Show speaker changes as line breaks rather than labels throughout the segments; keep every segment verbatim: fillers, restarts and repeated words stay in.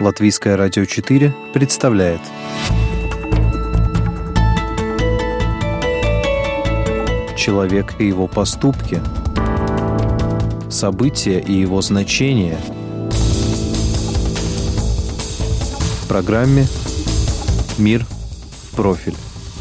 Латвийское радио четыре представляет «Человек и его поступки. События и его значения». В программе «Мир в профиль».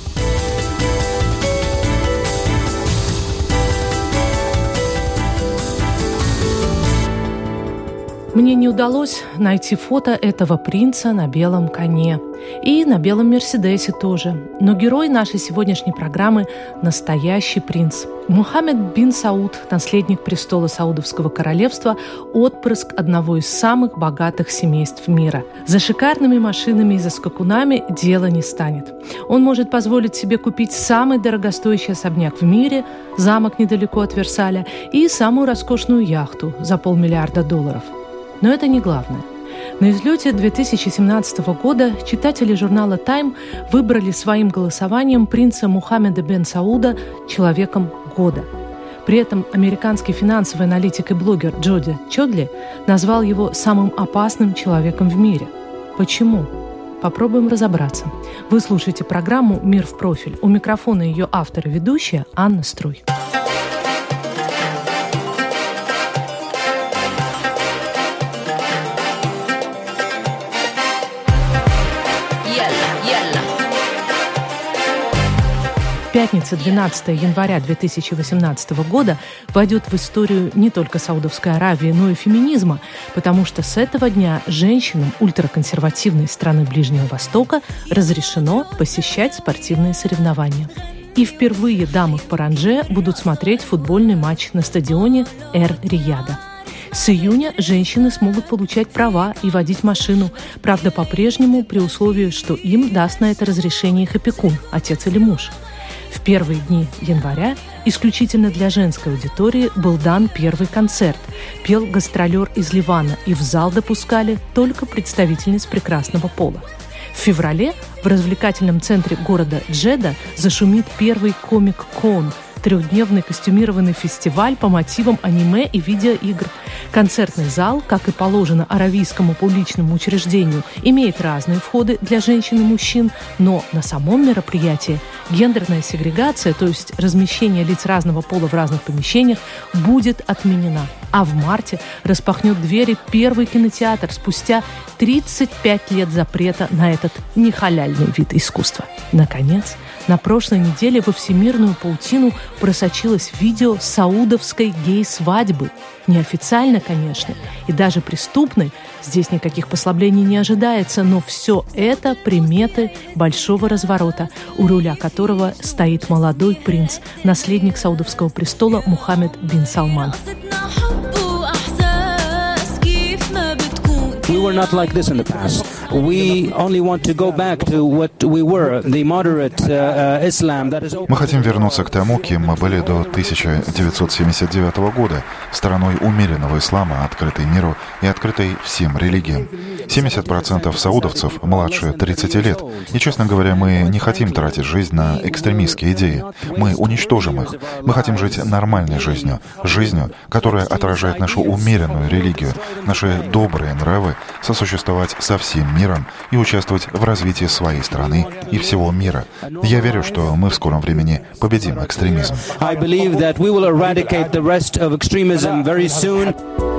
Мне не удалось найти фото этого принца на белом коне. И на белом Мерседесе тоже. Но герой нашей сегодняшней программы – настоящий принц. Мухаммед бин Сауд, наследник престола Саудовского королевства, отпрыск одного из самых богатых семейств мира. За шикарными машинами и за скакунами дело не станет. Он может позволить себе купить самый дорогостоящий особняк в мире, замок недалеко от Версаля и самую роскошную яхту за полмиллиарда долларов. Но это не главное. На излете две тысячи семнадцатого года читатели журнала «Тайм» выбрали своим голосованием принца Мухаммеда бен Сауда человеком года. При этом американский финансовый аналитик и блогер Джоди Чодли назвал его самым опасным человеком в мире. Почему? Попробуем разобраться. Вы слушаете программу «Мир в профиль». У микрофона ее автор и ведущая Анна Струй. Пятница, двенадцатого января две тысячи восемнадцатого года, войдет в историю не только Саудовской Аравии, но и феминизма, потому что с этого дня женщинам ультраконсервативной страны Ближнего Востока разрешено посещать спортивные соревнования. И впервые дамы в парандже будут смотреть футбольный матч на стадионе Эр-Рияда. С июня женщины смогут получать права и водить машину, правда, по-прежнему при условии, что им даст на это разрешение их опекун, отец или муж. В первые дни января исключительно для женской аудитории был дан первый концерт. Пел гастролер из Ливана, и в зал допускали только представительниц прекрасного пола. В феврале в развлекательном центре города Джеда зашумит первый комик-кон – трехдневный костюмированный фестиваль по мотивам аниме и видеоигр. Концертный зал, как и положено аравийскому публичному учреждению, имеет разные входы для женщин и мужчин, но на самом мероприятии гендерная сегрегация, то есть размещение лиц разного пола в разных помещениях, будет отменена. А в марте распахнет двери первый кинотеатр спустя тридцать пять лет запрета на этот нехаляльный вид искусства. Наконец, на прошлой неделе во всемирную паутину просочилось видео саудовской гей-свадьбы. Неофициально, конечно, и даже преступной. Здесь никаких послаблений не ожидается, но все это приметы большого разворота, у руля которого стоит молодой принц, наследник саудовского престола Мухаммед бин Салман.
We were not like this in the past. We only want to go back to what we were, the moderate uh, uh, Islam that is open.
Мы хотим вернуться к тому, кем мы были до тысяча девятьсот семьдесят девятого года, стороной умеренного ислама, открытой миру и открытой всем религиям. семьдесят процентов саудовцев младше тридцати лет. И, честно говоря, мы не хотим тратить жизнь на экстремистские идеи. Мы уничтожим их. Мы хотим жить нормальной жизнью. Жизнью, которая отражает нашу умеренную религию, наши добрые нравы, сосуществовать со всем миром и участвовать в развитии своей страны и всего мира. Я верю, что мы в скором времени победим экстремизм.
I believe that we will eradicate the rest of extremism very soon.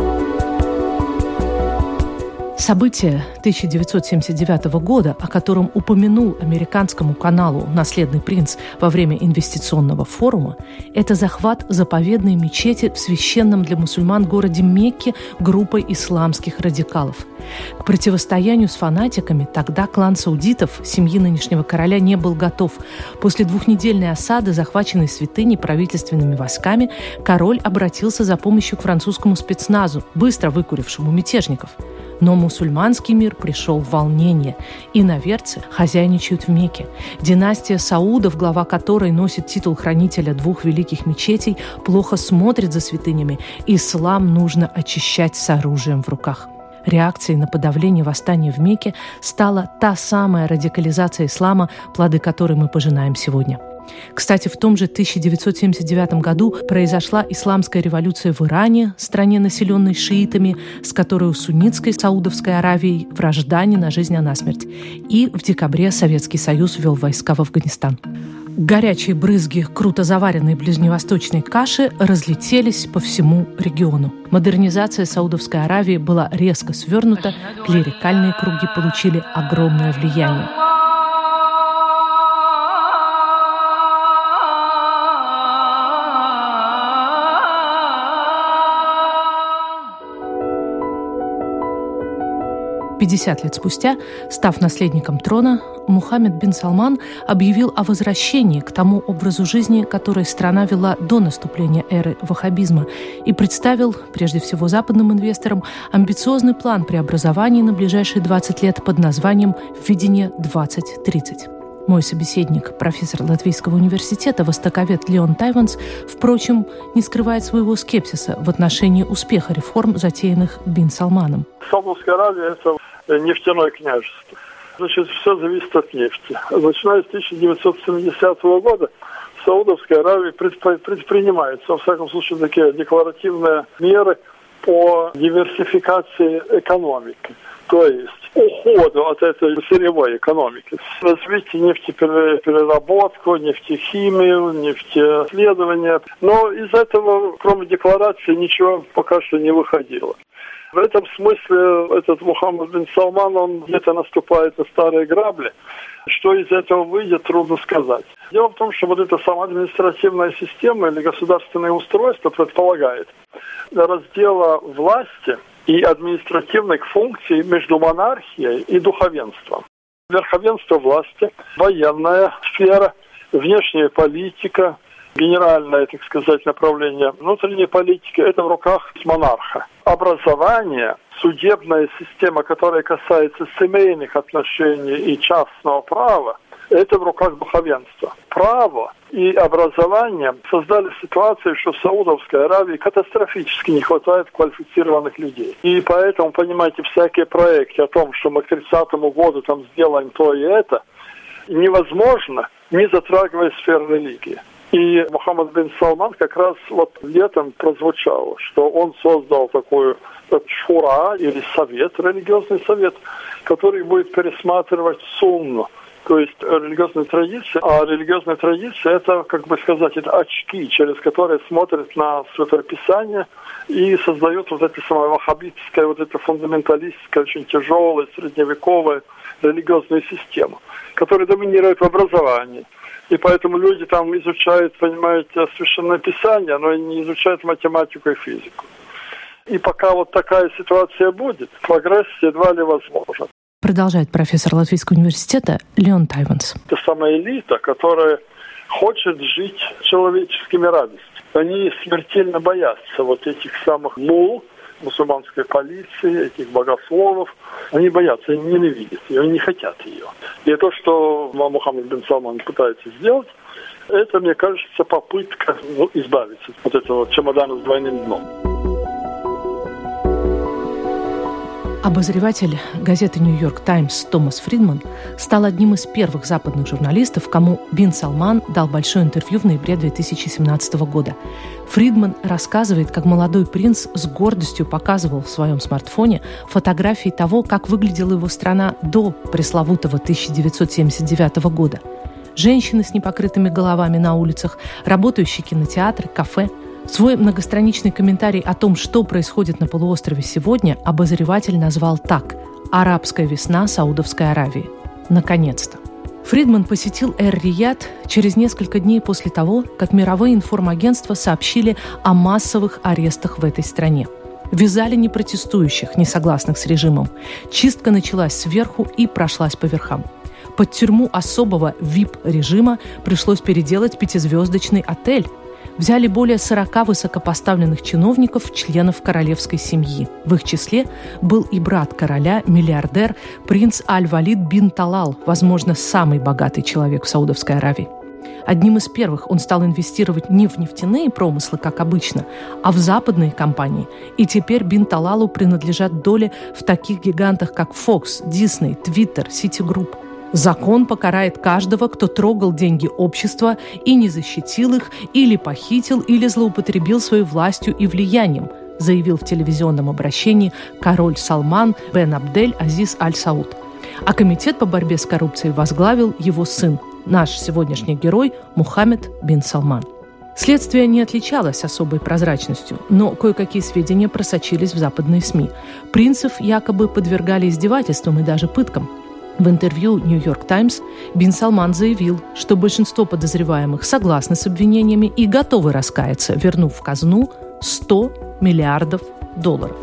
Событие тысяча девятьсот семьдесят девятого года, о котором упомянул американскому каналу «Наследный принц» во время инвестиционного форума, это захват заповедной мечети в священном для мусульман городе Мекке группой исламских радикалов. К противостоянию с фанатиками тогда клан саудитов, семьи нынешнего короля, не был готов. После двухнедельной осады, захваченной святыней правительственными войсками, король обратился за помощью к французскому спецназу, быстро выкурившему мятежников. Но мусульманский мир пришел в волнение. Иноверцы хозяйничают в Мекке. Династия Саудов, глава которой носит титул хранителя двух великих мечетей, плохо смотрит за святынями. Ислам нужно очищать с оружием в руках. Реакцией на подавление восстания в Мекке стала та самая радикализация ислама, плоды которой мы пожинаем сегодня. Кстати, в том же тысяча девятьсот семьдесят девятом году произошла исламская революция в Иране, стране, населенной шиитами, с которой у суннитской Саудовской Аравии вражда не на жизнь, а на смерть. И в декабре Советский Союз ввел войска в Афганистан. Горячие брызги круто заваренной ближневосточной каши разлетелись по всему региону. Модернизация Саудовской Аравии была резко свернута, клерикальные круги получили огромное влияние. пятьдесят лет спустя, став наследником трона, Мухаммед бин Салман объявил о возвращении к тому образу жизни, который страна вела до наступления эры ваххабизма, и представил, прежде всего западным инвесторам, амбициозный план преобразований на ближайшие двадцать лет под названием «Видение двадцать тридцать». Мой собеседник, профессор Латвийского университета, востоковед Леон Тайванс, впрочем, не скрывает своего скепсиса в отношении успеха реформ, затеянных бин Салманом.
Саудовская Аравия – это нефтяное княжество. Значит, все зависит от нефти. Начиная с тысяча девятьсот семидесятого года в Саудовской Аравии предпринимаются, во всяком случае, такие декларативные меры по диверсификации экономики. То есть уходу от этой сырьевой экономики, развитие нефтепереработку, нефтехимию, нефтеисследования. Но из этого, кроме декларации, ничего пока что не выходило. В этом смысле этот Мухаммед бин Салман, он где-то наступает на старые грабли. Что из этого выйдет, трудно сказать. Дело в том, что вот эта сама административная система или государственное устройство предполагает раздела власти и административных функций между монархией и духовенством. Верховенство власти, военная сфера, внешняя политика, генеральное, так сказать, направление внутренней политики – это в руках монарха. Образование, судебная система, которая касается семейных отношений и частного права, это в руках духовенства. Право и образование создали ситуацию, что в Саудовской Аравии катастрофически не хватает квалифицированных людей. И поэтому, понимаете, всякие проекты о том, что мы к тридцатому году там сделаем то и это, невозможно, не затрагивая сферу религии. И Мухаммед бин Салман как раз вот летом прозвучал, что он создал такую шура или совет, религиозный совет, который будет пересматривать сунну, то есть религиозные традиции. А религиозная традиция – это, как бы сказать, это очки, через которые смотрят на Святое Писание и создают вот это самое ваххабитское, вот это фундаменталистское, очень тяжелое, средневековое религиозную систему, которая доминирует в образовании. И поэтому люди там изучают, понимаете, Священное Писание, но не изучают математику и физику. И пока вот такая ситуация будет, прогресс едва ли возможен.
Продолжает профессор Латвийского университета Леон Тайванс.
Это самая элита, которая хочет жить человеческими радостями. Они смертельно боятся вот этих самых мул, мусульманской полиции, этих богословов. Они боятся, они ненавидят ее, они не хотят ее. И то, что Мухаммед бин Салман пытается сделать, это, мне кажется, попытка ну, избавиться от этого чемодана с двойным дном.
Обозреватель газеты «Нью-Йорк Таймс» Томас Фридман стал одним из первых западных журналистов, кому бин Салман дал большое интервью в ноябре две тысячи семнадцатого года. Фридман рассказывает, как молодой принц с гордостью показывал в своем смартфоне фотографии того, как выглядела его страна до пресловутого тысяча девятьсот семьдесят девятого года. Женщины с непокрытыми головами на улицах, работающие кинотеатры, кафе. Свой многостраничный комментарий о том, что происходит на полуострове сегодня, обозреватель назвал так: «Арабская весна Саудовской Аравии». Наконец-то. Фридман посетил Эр-Рияд через несколько дней после того, как мировые информагентства сообщили о массовых арестах в этой стране. Вязали не протестующих, не согласных с режимом. Чистка началась сверху и прошлась по верхам. Под тюрьму особого ви ай пи-режима пришлось переделать пятизвездочный отель. Взяли более сорока высокопоставленных чиновников, членов королевской семьи. В их числе был и брат короля, миллиардер, принц Аль-Валид бин Талал, возможно, самый богатый человек в Саудовской Аравии. Одним из первых он стал инвестировать не в нефтяные промыслы, как обычно, а в западные компании. И теперь бин Талалу принадлежат доли в таких гигантах, как Fox, Disney, Twitter, Citigroup. Закон покарает каждого, кто трогал деньги общества и не защитил их, или похитил, или злоупотребил своей властью и влиянием, заявил в телевизионном обращении король Салман бен Абдель Азиз Аль-Сауд. А комитет по борьбе с коррупцией возглавил его сын, наш сегодняшний герой Мухаммед бин Салман. Следствие не отличалось особой прозрачностью, но кое-какие сведения просочились в западные СМИ. Принцев якобы подвергали издевательствам и даже пыткам. В интервью «Нью-Йорк Таймс» бин Салман заявил, что большинство подозреваемых согласны с обвинениями и готовы раскаяться, вернув в казну сто миллиардов долларов.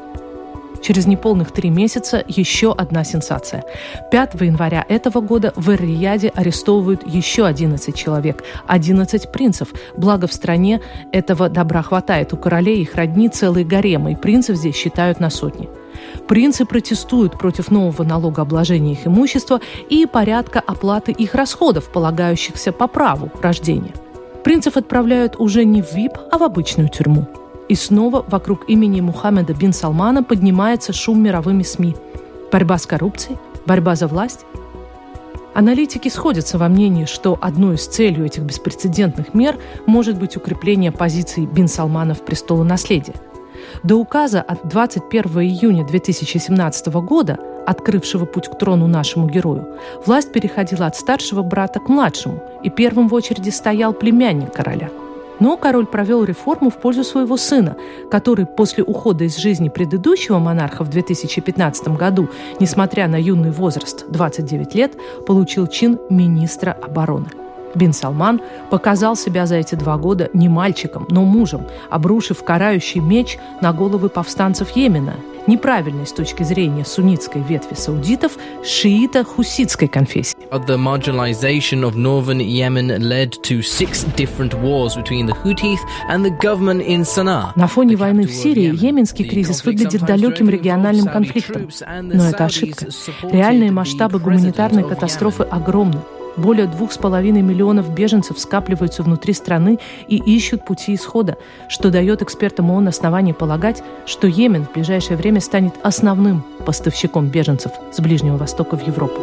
Через неполных три месяца еще одна сенсация. пятого января этого года в Эр-Рияде арестовывают еще одиннадцать человек, одиннадцать принцев. Благо в стране этого добра хватает. У королей их родни целые гаремы, и принцев здесь считают на сотни. Принцы протестуют против нового налогообложения их имущества и порядка оплаты их расходов, полагающихся по праву рождения. Принцев отправляют уже не в ви ай пи, а в обычную тюрьму. И снова вокруг имени Мухаммеда бин Салмана поднимается шум мировыми СМИ. Борьба с коррупцией, борьба за власть. Аналитики сходятся во мнении, что одной из целей этих беспрецедентных мер может быть укрепление позиций бин Салмана в престолонаследии. До указа от двадцать первого июня две тысячи семнадцатого года, открывшего путь к трону нашему герою, власть переходила от старшего брата к младшему, и первым в очереди стоял племянник короля. Но король провел реформу в пользу своего сына, который после ухода из жизни предыдущего монарха в две тысячи пятнадцатом году, несмотря на юный возраст двадцать девять лет, получил чин министра обороны. Бин Салман показал себя за эти два года не мальчиком, но мужем, обрушив карающий меч на головы повстанцев Йемена, неправильной с точки зрения суннитской ветви саудитов, шиито-хуситской конфессии.
The marginalization of northern Yemen led to six different wars between the Houthis and the government in Sana'a.
На фоне войны в Сирии йеменский кризис выглядит далеким региональным конфликтом. Но это ошибка. Реальные масштабы гуманитарной катастрофы огромны. Более двух с половиной миллионов беженцев скапливаются внутри страны и ищут пути исхода, что дает экспертам ООН основание полагать, что Йемен в ближайшее время станет основным поставщиком беженцев с Ближнего Востока в Европу.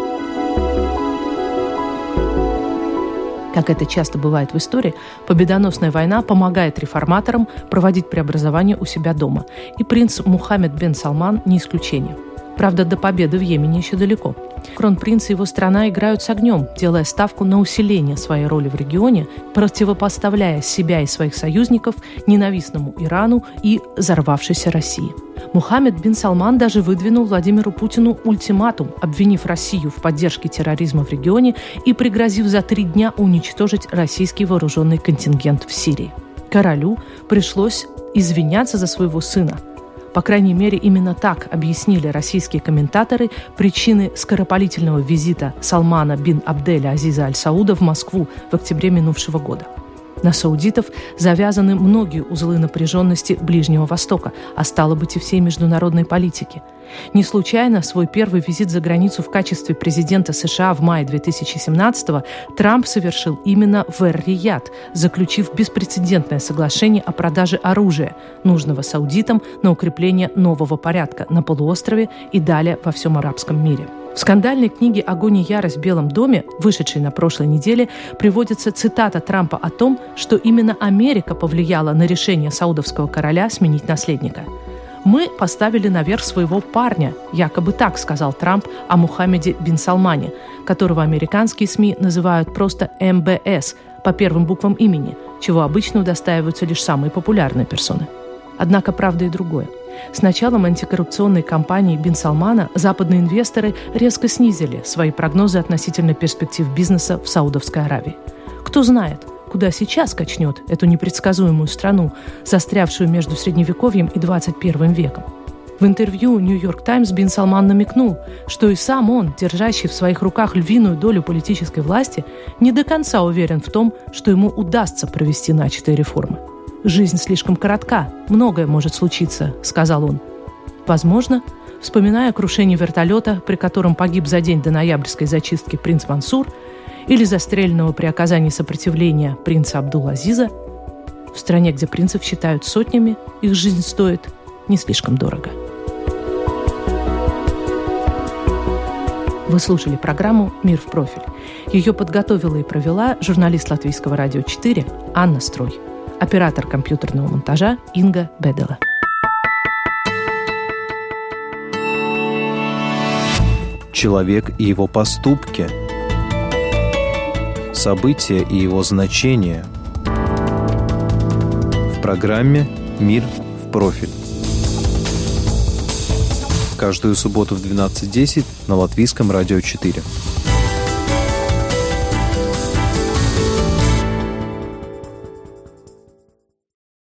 Как это часто бывает в истории, победоносная война помогает реформаторам проводить преобразования у себя дома. И принц Мухаммед бин Салман не исключение. Правда, до победы в Йемене еще далеко. Кронпринц и его страна играют с огнем, делая ставку на усиление своей роли в регионе, противопоставляя себя и своих союзников ненавистному Ирану и взорвавшейся России. Мухаммед бин Салман даже выдвинул Владимиру Путину ультиматум, обвинив Россию в поддержке терроризма в регионе и пригрозив за три дня уничтожить российский вооруженный контингент в Сирии. Королю пришлось извиняться за своего сына. По крайней мере, именно так объяснили российские комментаторы причины скоропалительного визита Салмана бин Абделя Азиза Аль-Сауда в Москву в октябре минувшего года. На саудитов завязаны многие узлы напряженности Ближнего Востока, а стало быть и всей международной политики. Не случайно свой первый визит за границу в качестве президента США в мае две тысячи семнадцатого Трамп совершил именно в Эр-Рияд, заключив беспрецедентное соглашение о продаже оружия, нужного саудитам на укрепление нового порядка на полуострове и далее во всем арабском мире. В скандальной книге «Огонь и ярость в Белом доме», вышедшей на прошлой неделе, приводится цитата Трампа о том, что именно Америка повлияла на решение саудовского короля сменить наследника. «Мы поставили наверх своего парня», якобы так сказал Трамп о Мухаммеде бин Салмане, которого американские СМИ называют просто эм бэ эс по первым буквам имени, чего обычно удостаиваются лишь самые популярные персоны. Однако правда и другое. С началом антикоррупционной кампании бин Салмана западные инвесторы резко снизили свои прогнозы относительно перспектив бизнеса в Саудовской Аравии. Кто знает, куда сейчас качнет эту непредсказуемую страну, застрявшую между Средневековьем и двадцать первым веком. В интервью «Нью-Йорк Таймс» бин Салман намекнул, что и сам он, держащий в своих руках львиную долю политической власти, не до конца уверен в том, что ему удастся провести начатые реформы. «Жизнь слишком коротка, многое может случиться», — сказал он. Возможно, вспоминая крушение вертолета, при котором погиб за день до ноябрьской зачистки принц Мансур, или застреленного при оказании сопротивления принца Абдул-Азиза, в стране, где принцев считают сотнями, их жизнь стоит не слишком дорого. Вы слушали программу «Мир в профиль». Ее подготовила и провела журналист Латвийского радио четыре Анна Строй. Оператор компьютерного монтажа Инга Бедела.
Человек и его поступки. События и его значения. В программе «Мир в профиль». Каждую субботу в двенадцать десять на Латвийском радио четыре.